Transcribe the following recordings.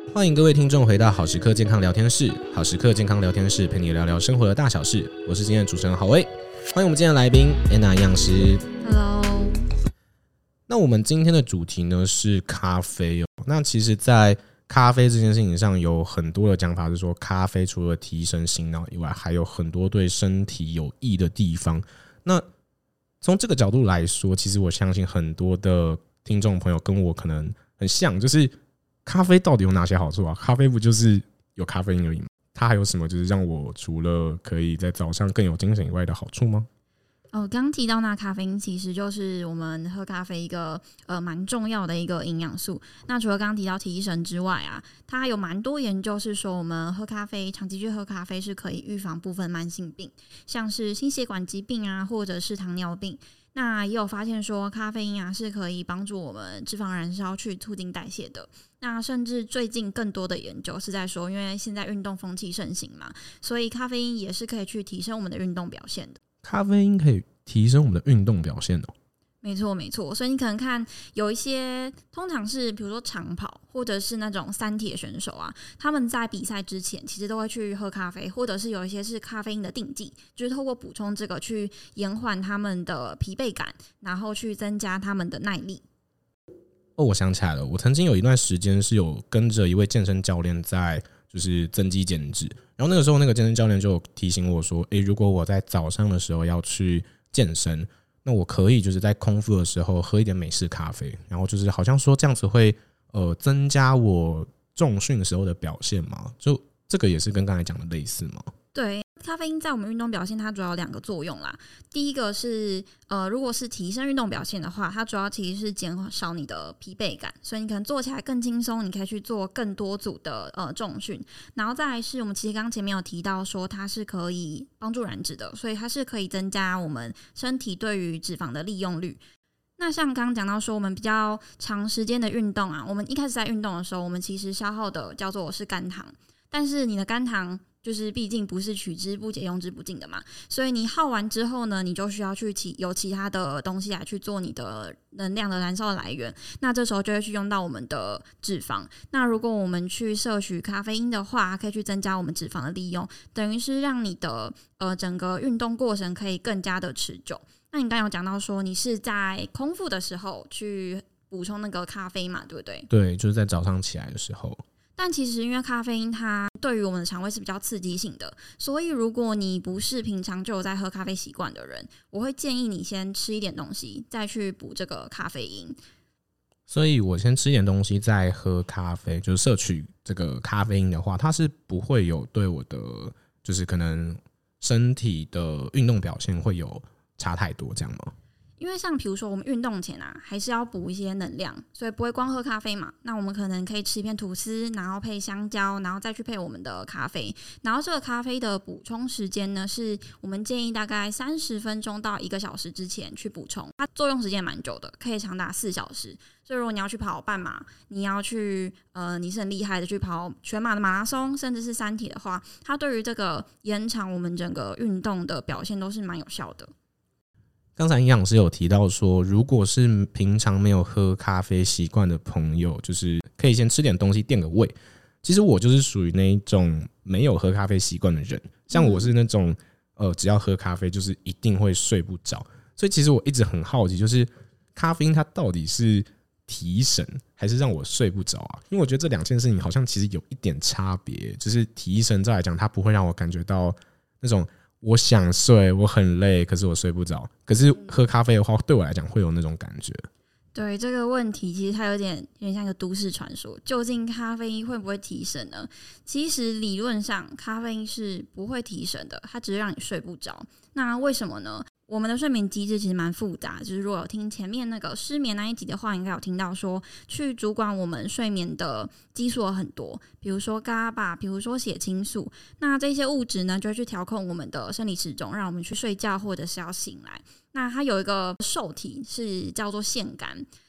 欢迎各位听众回到好时刻健康聊天室。好时刻健康聊天室陪你聊聊生活的大小事，我是今天的主持人郝威。欢迎我们今天的来宾 Anna 营养师。 Hello。 那我们今天的主题呢是咖啡。那其实在咖啡这件事情上有很多的讲法，是说咖啡除了提神醒脑以外，还有很多对身体有益的地方。那从这个角度来说，其实我相信很多的听众朋友跟我可能很像，就是咖啡到底有哪些好处啊？咖啡不就是有咖啡因而已吗？它还有什么就是让我除了可以在早上更有精神以外的好处吗？ 刚提到那咖啡因其实就是我们喝咖啡一个蛮重要的一个营养素。那除了刚刚提到提神之外啊，它有蛮多研究是说我们喝咖啡，长期去喝咖啡是可以预防部分慢性病，像是心血管疾病啊，或者是糖尿病。那也有发现说咖啡因啊是可以帮助我们脂肪燃烧去促进代谢的。那甚至最近更多的研究是在说，因为现在运动风气盛行嘛，所以咖啡因也是可以去提升我们的运动表现的。 咖啡因可以提升我们的运动表现哦。 没错没错，所以你可能看有一些通常是比如说长跑或者是那种三铁选手啊，他们在比赛之前其实都会去喝咖啡，或者是有一些是咖啡因的定剂，就是透过补充这个去延缓他们的疲惫感，然后去增加他们的耐力。 我想起来了，我曾经有一段时间是有跟着一位健身教练在就是增肌减脂，然后那个时候那个健身教练就提醒我说，如果我在早上的时候要去健身，那我可以就是在空腹的时候喝一点美式咖啡，然后就是好像说这样子会增加我重训的时候的表现嘛，就这个也是跟刚才讲的类似吗？ 对，咖啡因在我们运动表现它主要有两个作用啦。第一个是如果是提升运动表现的话，它主要其实是减少你的疲惫感，所以你可能做起来更轻松，你可以去做更多组的重训。然后再来是我们其实刚前面有提到说它是可以帮助燃脂的，所以它是可以增加我们身体对于脂肪的利用率。那像刚刚讲到说我们比较长时间的运动啊，我们一开始在运动的时候，我们其实消耗的叫做是肝糖，但是你的肝糖就是毕竟不是取之不竭用之不尽的嘛，所以你耗完之后呢，你就需要去有其他的东西来去做你的能量的燃烧来源，那这时候就会去用到我们的脂肪。那如果我们去摄取咖啡因的话，可以去增加我们脂肪的利用，等于是让你的整个运动过程可以更加的持久。那你刚刚有讲到说你是在空腹的时候去补充那个咖啡嘛，对不对？ 对，就是在早上起来的时候。 但其实因为咖啡因它对于我们的肠胃是比较刺激性的，所以如果你不是平常就有在喝咖啡习惯的人，我会建议你先吃一点东西再去补这个咖啡因。 所以我先吃一点东西再喝咖啡，就是摄取这个咖啡因的话，它是不会有对我的就是可能身体的运动表现会有差太多这样吗？ 因为像比如说我们运动前啊，还是要补一些能量，所以不会光喝咖啡嘛。那我们可能可以吃一片吐司，然后配香蕉，然后再去配我们的咖啡。然后这个咖啡的补充时间呢，是我们建议大概30分钟到1个小时之前去补充。它作用时间蛮久的，可以长达4小时。所以如果你要去跑半马，你要去你是很厉害的去跑全马的马拉松，甚至是3铁的话，它对于这个延长我们整个运动的表现都是蛮有效的。 刚才营养师有提到说，如果是平常没有喝咖啡习惯的朋友，就是可以先吃点东西垫个胃。其实我就是属于那一种没有喝咖啡习惯的人，像我是那种只要喝咖啡就是一定会睡不着，所以其实我一直很好奇，就是咖啡因它到底是提神还是让我睡不着啊？因为我觉得这两件事情好像其实有一点差别，就是提神再来讲，它不会让我感觉到那种我想睡，我很累，可是我睡不着。可是喝咖啡的话，对我来讲会有那种感觉。 对这个问题，其实它有点像一个都市传说。究竟咖啡因会不会提神呢？其实理论上，咖啡因是不会提神的，它只是让你睡不着。那为什么呢？我们的睡眠机制其实蛮复杂，就是如果有听前面那个失眠那一集的话，应该有听到说，去主管我们睡眠的激素有很多，比如说 GABA， 比如说血清素，那这些物质呢，就会去调控我们的生理时钟，让我们去睡觉或者是要醒来。那它有一个受体是叫做腺苷，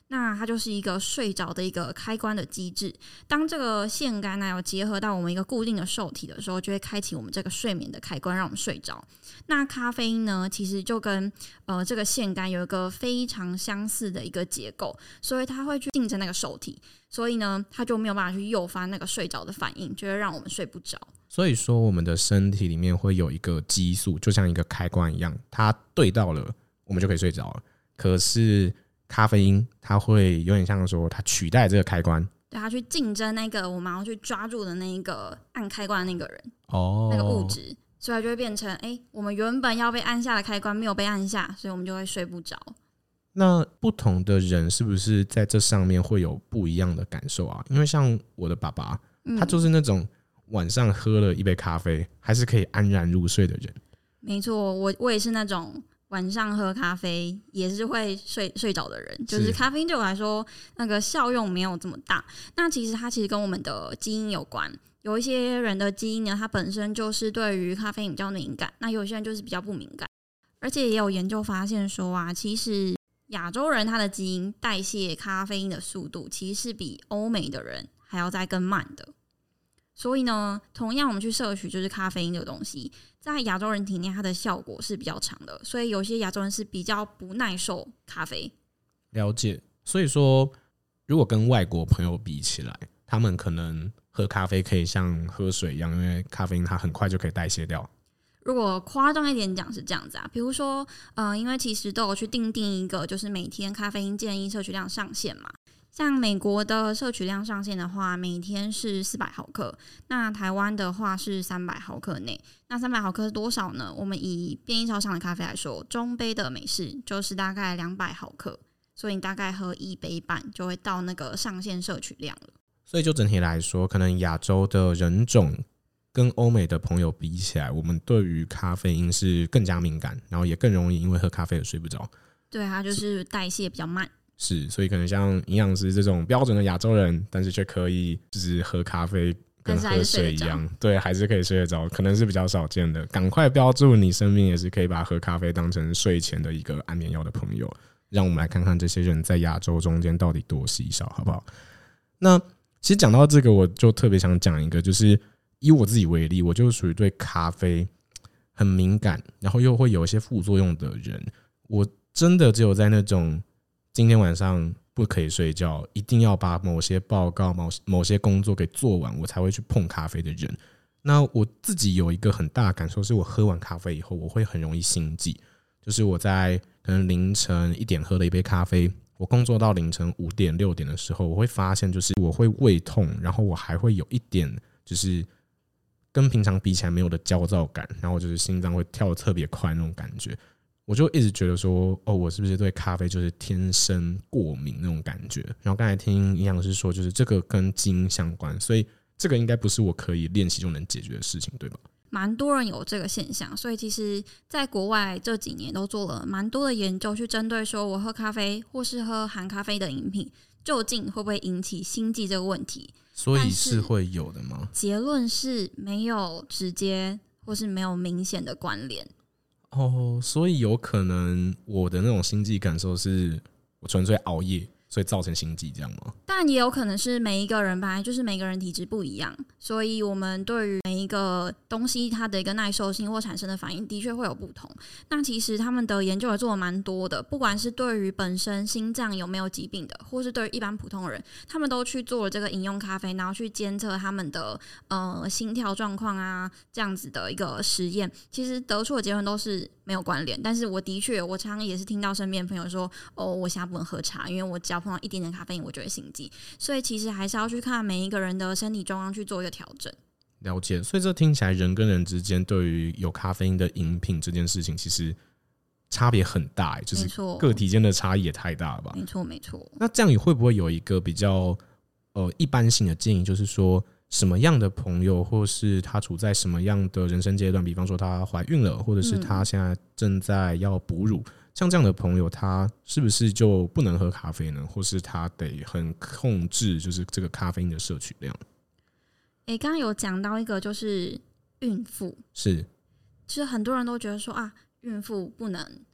那它就是一个睡着的一个开关的机制。当这个腺苷有结合到我们一个固定的受体的时候，就会开启我们这个睡眠的开关，让我们睡着。那咖啡因呢，其实就跟这个腺苷有一个非常相似的一个结构，所以它会去竞争那个受体，所以呢，它就没有办法去诱发那个睡着的反应，就会让我们睡不着。 所以说，我们的身体里面会有一个激素，就像一个开关一样，它对到了，我们就可以睡着了。可是咖啡因它会有点像说它取代这个开关， 对，它去竞争那个我们要去抓住的那一个按开关的那个人，那个物质，所以它就会变成我们原本要被按下的开关没有被按下，所以我们就会睡不着。 那不同的人是不是在这上面会有不一样的感受啊？因为像我的爸爸，他就是那种晚上喝了一杯咖啡还是可以安然入睡的人。 没错，我也是那种晚上喝咖啡也是会睡着的人，就是咖啡因对我来说那个效用没有这么大。那其实跟我们的基因有关，有一些人的基因呢，它本身就是对于咖啡因比较敏感，那有些人就是比较不敏感。而且也有研究发现说啊，其实亚洲人他的基因代谢咖啡因的速度其实是比欧美的人还要再更慢的。所以呢，同样我们去摄取就是咖啡因这个东西，在亚洲人体内它的效果是比较长的，所以有些亚洲人是比较不耐受咖啡。 了解。所以说，如果跟外国朋友比起来，他们可能喝咖啡可以像喝水一样，因为咖啡因它很快就可以代谢掉。 如果夸张一点讲是这样子啊，比如说，因为其实都有去定一个就是每天咖啡因建议摄取量上限嘛。像美国的摄取量上限的话，每天是400毫克，那台湾的话是300毫克内。那300毫克是多少呢？我们以便利超商的咖啡来说，中杯的美式就是大概200毫克，所以你大概喝1杯半就会到那个上限摄取量了。 所以就整体来说，可能亚洲的人种跟欧美的朋友比起来，我们对于咖啡因是更加敏感，然后也更容易因为喝咖啡而睡不着。 对，它就是代谢比较慢。 是，所以可能像营养师这种标准的亚洲人，但是却可以就是喝咖啡跟喝水一样，对，还是可以睡得着，可能是比较少见的。赶快标注你身边也是可以把喝咖啡当成睡前的一个安眠药的朋友，让我们来看看这些人在亚洲中间到底多稀少，好不好？那其实讲到这个，我就特别想讲一个，就是以我自己为例，我就属于对咖啡很敏感，然后又会有一些副作用的人。我真的只有在那种今天晚上不可以睡觉，一定要把某些报告、某些工作给做完，我才会去碰咖啡的人。那我自己有一个很大的感受，是我喝完咖啡以后，我会很容易心悸。就是我在可能凌晨1点喝了一杯咖啡，我工作到凌晨5点、6点的时候，我会发现就是我会胃痛，然后我还会有一点就是跟平常比起来没有的焦躁感，然后就是心脏会跳得特别快那种感觉。我就一直觉得说，我是不是对咖啡就是天生过敏那种感觉？然后刚才听营养师说，就是这个跟基因相关，所以这个应该不是我可以练习就能解决的事情，对吧？ 蛮多人有这个现象，所以其实在国外这几年都做了蛮多的研究，去针对说我喝咖啡或是喝含咖啡的饮品，究竟会不会引起心悸这个问题。 所以是会有的吗？ 结论是没有直接或是没有明显的关联。 所以有可能我的那种心悸感受是我纯粹熬夜，所以造成心悸这样吗？ 但也有可能是每一个人本来就是每个人体质不一样，所以我们对于每一个东西它的一个耐受性或产生的反应的确会有不同。那其实他们的研究也做了蛮多的，不管是对于本身心脏有没有疾病的，或是对于一般普通人，他们都去做了这个饮用咖啡，然后去监测他们的心跳状况啊，这样子的一个实验，其实得出的结论都是没有关联。但是我的确，我常常也是听到身边朋友说，我现在不能喝茶，因为我只要碰到一点点咖啡因，我就会心悸。所以其实还是要去看每一个人的身体状况去做一个调整。 了解，所以这听起来人跟人之间对于有咖啡因的饮品这件事情，其实差别很大，就是个体间的差异也太大了吧？ 没错，没错。 那这样你会不会有一个比较一般性的建议，就是说什么样的朋友，或是他处在什么样的人生阶段，比方说他怀孕了，或者是他现在正在要哺乳，像这样的朋友，他是不是就不能喝咖啡呢？或是他得很控制，就是这个咖啡因的摄取量？ 刚刚有讲到一个，就是孕妇， 是， 就是很多人都觉得说啊，孕妇不能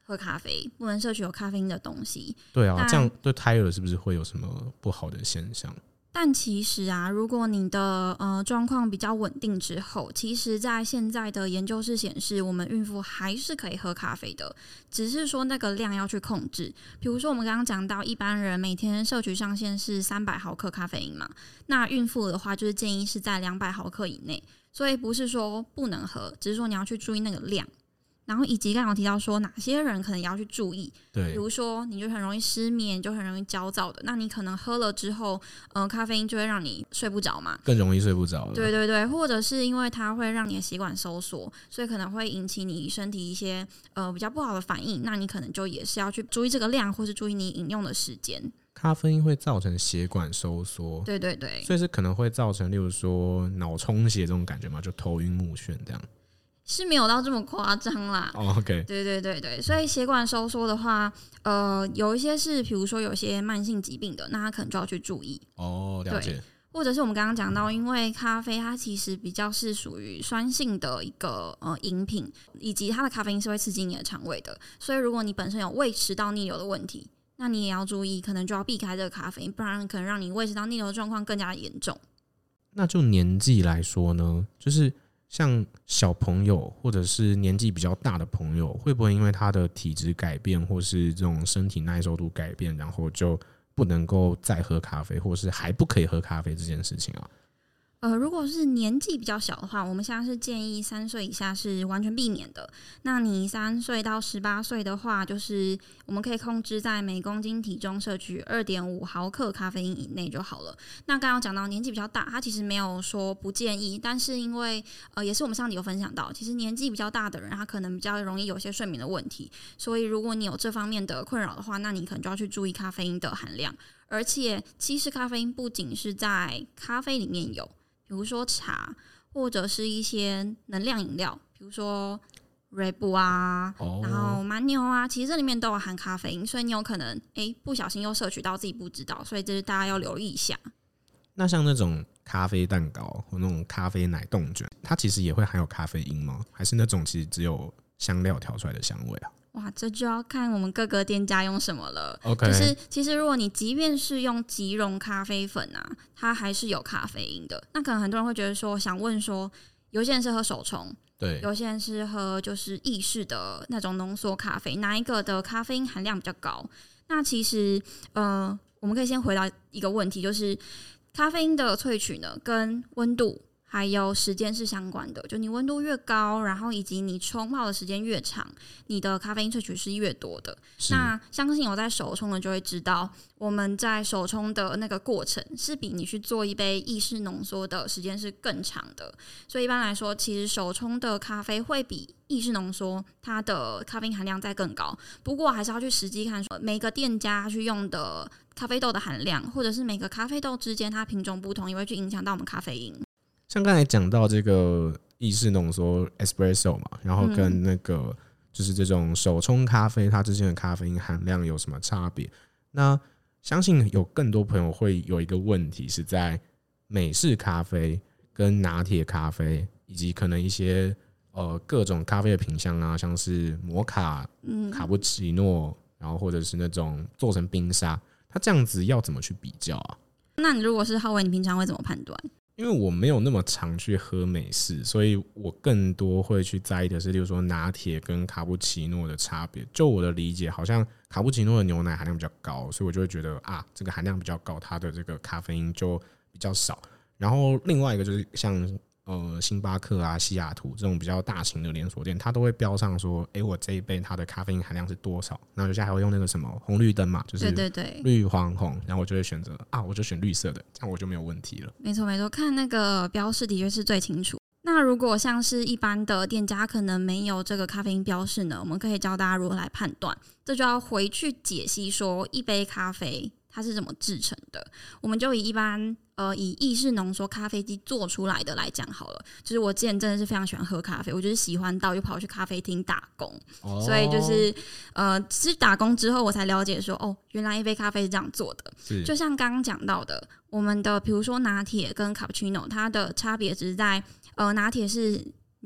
喝咖啡，不能摄取有咖啡因的东西。 对啊，这样对胎儿是不是会有什么不好的现象？ 但其实啊，如果你的状况比较稳定之后，其实在现在的研究是显示，我们孕妇还是可以喝咖啡的，只是说那个量要去控制。比如说我们刚刚讲到，一般人每天摄取上限是300毫克咖啡因嘛，那孕妇的话就是建议是在200毫克以内，所以不是说不能喝，只是说你要去注意那个量。然后以及刚刚有提到说哪些人可能也要去注意， 对， 比如说你就很容易失眠，就很容易焦躁的，那你可能喝了之后，咖啡因就会让你睡不着嘛， 更容易睡不着了。 对对对，或者是因为它会让你的血管收缩，所以可能会引起你身体一些比较不好的反应，那你可能就也是要去注意这个量，或是注意你饮用的时间。 咖啡因会造成血管收缩， 对对对， 所以是可能会造成，例如说脑充血这种感觉嘛，就头晕目眩这样。 是没有到这么夸张啦。 OK， 对对对对，所以血管收缩的话，有一些是，比如说有一些慢性疾病的，那他可能就要去注意。 了解。 或者是我们刚刚讲到，因为咖啡它其实比较是属于酸性的一个饮品，以及它的咖啡因是会刺激你的肠胃的，所以如果你本身有胃食道逆流的问题，那你也要注意，可能就要避开这个咖啡因，不然可能让你胃食道逆流的状况更加严重。 那就年纪来说呢，就是像小朋友或者是年纪比较大的朋友，会不会因为他的体质改变或是这种身体耐受度改变，然后就不能够再喝咖啡，或是还不可以喝咖啡这件事情啊？ 如果是年纪比较小的话，我们现在是建议3岁以下是完全避免的。那你3岁到18岁的话，就是我们可以控制在每公斤体重摄取2.5毫克咖啡因以内就好了。那刚刚讲到年纪比较大，他其实没有说不建议，但是因为也是我们上集有分享到，其实年纪比较大的人，他可能比较容易有些睡眠的问题，所以如果你有这方面的困扰的话，那你可能就要去注意咖啡因的含量。而且其实咖啡因不仅是在咖啡里面有，比如说茶，或者是一些能量饮料，比如说 Red Bull 啊，然后蛮牛啊，其实这里面都有含咖啡因，所以你有可能不小心又摄取到自己不知道，所以这是大家要留意一下。 那像那种咖啡蛋糕或那种咖啡奶冻卷，它其实也会含有咖啡因吗？还是那种其实只有香料调出来的香味啊？ 哇，这就要看我们各个店家用什么了。 OK， 就是其实如果你即便是用即溶咖啡粉啊，它还是有咖啡因的。那可能很多人会觉得说，想问说，有些人是喝手冲， 对， 有些人是喝就是意式的那种浓缩咖啡，哪一个的咖啡因含量比较高？那其实我们可以先回答一个问题，就是咖啡因的萃取呢，跟温度还有时间是相关的，就你温度越高，然后以及你冲泡的时间越长，你的咖啡因萃取是越多的。那相信我在手冲的就会知道，我们在手冲的那个过程是比你去做一杯意式浓缩的时间是更长的。所以一般来说，其实手冲的咖啡会比意式浓缩它的咖啡因含量再更高。不过还是要去实际看说每个店家去用的咖啡豆的含量，或者是每个咖啡豆之间它品种不同，也会去影响到我们咖啡因。 像刚才讲到这个意式浓缩 espresso 嘛，然后跟那个就是这种手冲咖啡，它之间的咖啡因含量有什么差别？那相信有更多朋友会有一个问题是在美式咖啡跟拿铁咖啡，以及可能一些各种咖啡的品项啊，像是摩卡、卡布奇诺，然后或者是那种做成冰沙，它这样子要怎么去比较啊？ 那你如果是浩伟，你平常会怎么判断？ 因为我没有那么常去喝美式，所以我更多会去在意的是，例如说拿铁跟卡布奇诺的差别。就我的理解，好像卡布奇诺的牛奶含量比较高，所以我就会觉得啊，这个含量比较高，它的这个咖啡因就比较少。然后另外一个就是像星巴克啊、西雅图这种比较大型的连锁店，它都会标上说，我这一杯它的咖啡因含量是多少。然后有些还会用那个什么红绿灯嘛，就是绿黄红，然后我就会选择我就选绿色的，这样我就没有问题了。 没错没错，看那个标示的确是最清楚。那如果像是一般的店家可能没有这个咖啡因标示呢，我们可以教大家如何来判断。这就要回去解析说一杯咖啡它是怎么制成的。我们就以一般以意式浓缩咖啡机做出来的来讲好了。就是我之前真的是非常喜欢喝咖啡，我就是喜欢到就跑去咖啡厅打工，所以就是其实打工之后我才了解说，原来一杯咖啡是这样做的。就像刚刚讲到的，我们的比如说拿铁跟卡布奇诺，它的差别只是在拿铁是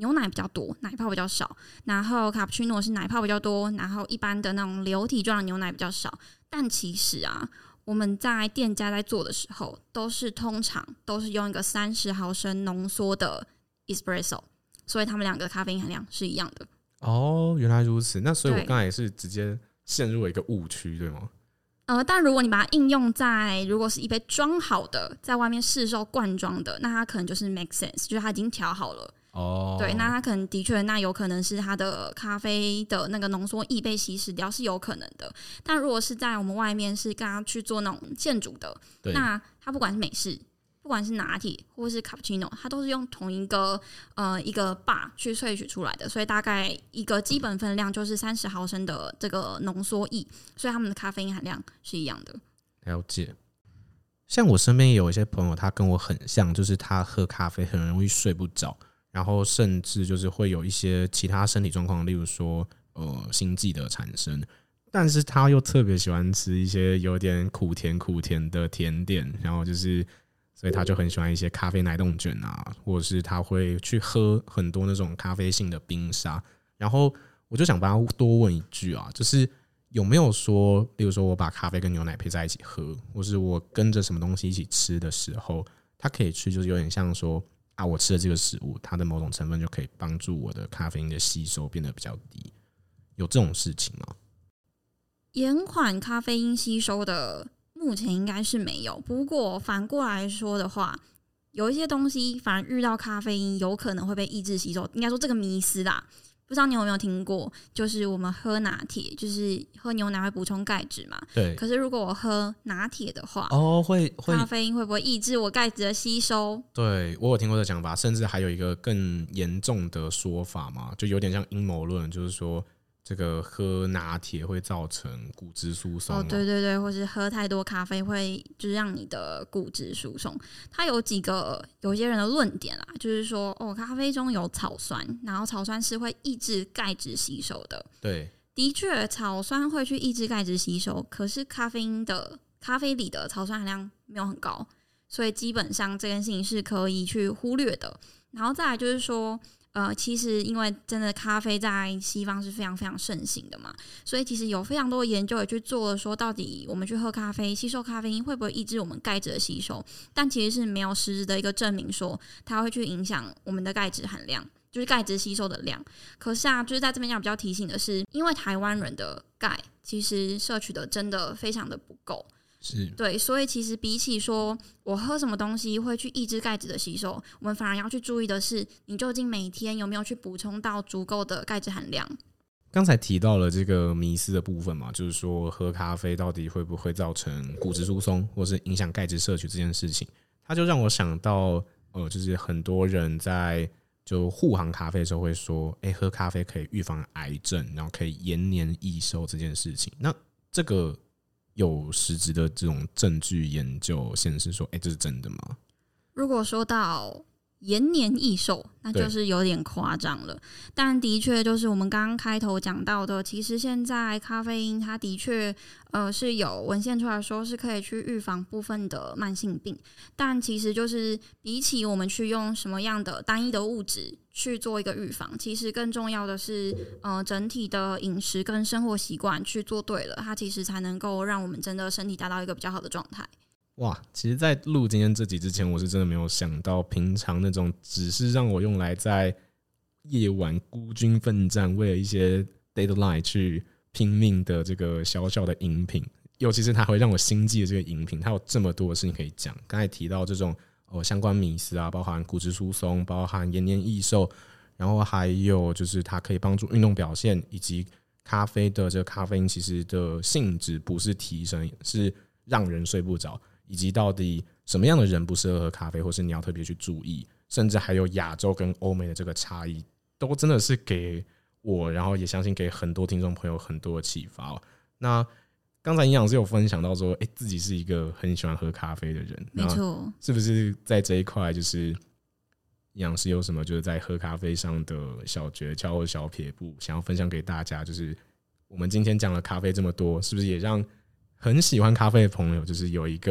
牛奶比较多，奶泡比较少，然后卡布奇诺是奶泡比较多，然后一般的那种流体状的牛奶比较少。但其实啊，我们在店家在做的时候，通常都是用一个30毫升浓缩的 espresso， 所以他们两个咖啡因含量是一样的。 哦，原来如此。那所以我刚才也是直接陷入了一个误区，对吗？ 但如果你把它应用在如果是一杯装好的，在外面市售罐装的，那它可能就是 make sense， 就是它已经调好了。哦，对，那它可能的确，那有可能是它的咖啡的那个浓缩液被稀释掉，是有可能的。但如果是在我们外面是跟它去做那种现煮的，那它不管是美式，不管是拿铁或是卡布奇诺，它都是用同一个一个 bar 去萃取出来的，所以大概一个基本分量就是30毫升的这个浓缩液，所以他们的咖啡因含量是一样的。 了解。像我身边也有一些朋友，他跟我很像，就是他喝咖啡很容易睡不着，然后甚至就是会有一些其他身体状况，例如说心悸的产生。但是他又特别喜欢吃一些有点苦甜的甜点，然后就是所以他就很喜欢一些咖啡奶冻卷啊，或者是他会去喝很多那种咖啡性的冰沙。然后我就想帮他多问一句啊，就是有没有说，例如说我把咖啡跟牛奶配在一起喝，或是我跟着什么东西一起吃的时候，它可以去就是有点像说啊，我吃的这个食物，它的某种成分就可以帮助我的咖啡因的吸收变得比较低，有这种事情吗？ 延缓咖啡因吸收的目前应该是没有，不过反过来说的话，有一些东西反而遇到咖啡因有可能会被抑制吸收，应该说这个迷思啦。不知道你有没有听过，就是我们喝拿铁，就是喝牛奶会补充钙质嘛？ 对。 可是如果我喝拿铁的话， 会咖啡因会不会抑制我钙质的吸收？ 对，我有听过这讲法，甚至还有一个更严重的说法嘛，就有点像阴谋论，就是说这个喝拿铁会造成骨质疏松。 哦，对对对，或是喝太多咖啡会就是让你的骨质疏松。它有些人的论点啦，就是说咖啡中有草酸，然后草酸是会抑制钙质吸收的。 对， 的确草酸会去抑制钙质吸收，可是咖啡里的草酸含量没有很高，所以基本上这件事情是可以去忽略的。然后再来就是说其实因为真的咖啡在西方是非常非常盛行的嘛，所以其实有非常多的研究也去做了，说到底我们去喝咖啡吸收咖啡因会不会抑制我们钙质的吸收，但其实是没有实质的一个证明说它会去影响我们的钙质含量，就是钙质吸收的量。可是啊，就是在这边要比较提醒的是，因为台湾人的钙其实摄取的真的非常的不够， 是对，所以其实比起说我喝什么东西会去抑制钙质的吸收，我们反而要去注意的是，你究竟每天有没有去补充到足够的钙质含量。 刚才提到了这个迷思的部分嘛，就是说喝咖啡到底会不会造成骨质疏松，或是影响钙质摄取这件事情，它就让我想到就是很多人在就护航咖啡的时候会说，喝咖啡可以预防癌症，然后可以延年益寿这件事情。那这个有实质的这种证据研究显示说，这是真的吗？ 如果说到延年益寿，那就是有点夸张了。但的确，就是我们刚刚开头讲到的，其实现在咖啡因它的确是有文献出来说是可以去预防部分的慢性病，但其实就是比起我们去用什么样的单一的物质去做一个预防，其实更重要的是整体的饮食跟生活习惯去做对了，它其实才能够让我们真的身体达到一个比较好的状态。 哇，其实在录今天这集之前，我是真的没有想到平常那种只是让我用来在夜晚孤军奋战为了一些 deadline 去拼命的这个小小的饮品，尤其是它会让我心悸的这个饮品，它有这么多的事情可以讲。刚才提到这种相关迷思啊，包含骨质疏松，包含延年益寿，然后还有就是它可以帮助运动表现，以及咖啡的这个咖啡因其实的性质不是提升，是让人睡不着，以及到底什么样的人不适合喝咖啡，或是你要特别去注意，甚至还有亚洲跟欧美的这个差异，都真的是给我，然后也相信给很多听众朋友很多的启发。那刚才营养师有分享到说，自己是一个很喜欢喝咖啡的人， 没错， 是不是在这一块就是营养师有什么就是在喝咖啡上的小诀窍或小撇步，想要分享给大家？就是我们今天讲了咖啡这么多，是不是也让很喜欢咖啡的朋友就是有一个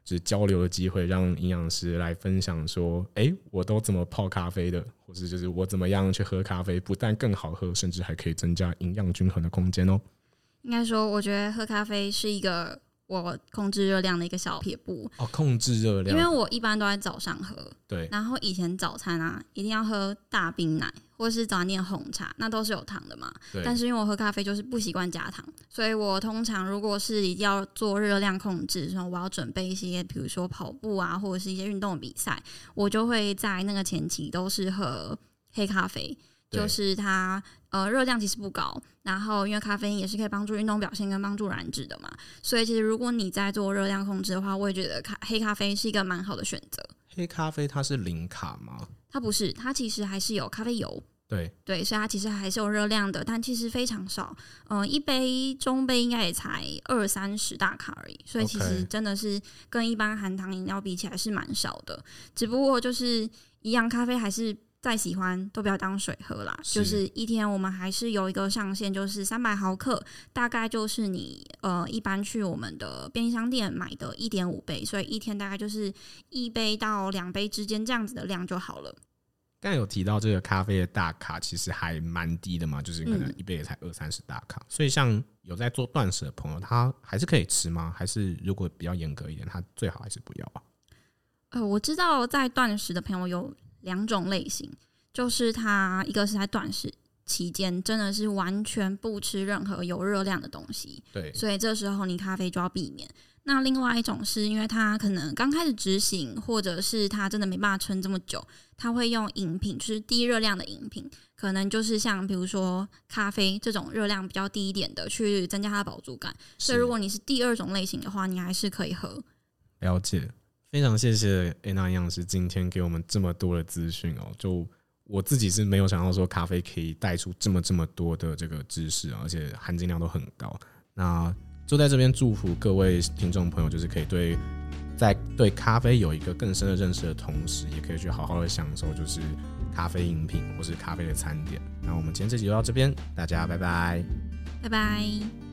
就是交流的机会，让营养师来分享说，我都怎么泡咖啡的，或是就是我怎么样去喝咖啡，不但更好喝，甚至还可以增加营养均衡的空间哦。 应该说，我觉得喝咖啡是一个我控制热量的一个小撇步哦，控制热量， 因为我一般都在早上喝， 对， 然后以前早餐啊一定要喝大冰奶或是早餐店红茶，那都是有糖的嘛，但是因为我喝咖啡就是不习惯加糖，所以我通常如果是一定要做热量控制，说我要准备一些比如说跑步啊或者是一些运动比赛，我就会在那个前期都是喝黑咖啡，就是它热量其实不高，然后因为咖啡因也是可以帮助运动表现跟帮助燃脂的嘛，所以其实如果你在做热量控制的话，我也觉得黑咖啡是一个蛮好的选择。 黑咖啡它是零卡吗？ 它不是，它其实还是有咖啡油，对，所以它其实还是有热量的，但其实非常少，一杯中杯应该也才20-30大卡而已，所以其实真的是跟一般含糖饮料比起来是蛮少的，只不过就是一样，咖啡还是再喜欢都不要当水喝啦，就是一天我们还是有一个上限，就是300毫克，大概就是你一般去我们的便利商店买的1.5杯，所以一天大概就是1杯到2杯之间这样子的量就好了。 刚才有提到这个咖啡的大卡其实还蛮低的嘛，就是可能一杯也才20-30大卡，所以像有在做断食的朋友，他还是可以吃吗？还是如果比较严格一点，他最好还是不要啊？ 我知道在断食的朋友有2种类型，就是他一个是在断食期间真的是完全不吃任何有热量的东西， 对， 所以这时候你咖啡就要避免。那另外一种是因为他可能刚开始执行，或者是他真的没办法撑这么久，他会用饮品，就是低热量的饮品，可能就是像比如说咖啡这种热量比较低一点的，去增加它的饱足感。所以如果你是第2种类型的话，你还是可以喝。 了解，非常谢谢安娜营养师今天给我们这么多的资讯哦。就我自己是没有想到说咖啡可以带出这么多的这个知识，而且含金量都很高。那就在这边祝福各位听众朋友，就是可以在对咖啡有一个更深的认识的同时，也可以去好好的享受就是咖啡饮品或是咖啡的餐点。那我们今天这集就到这边，大家拜拜， 拜拜。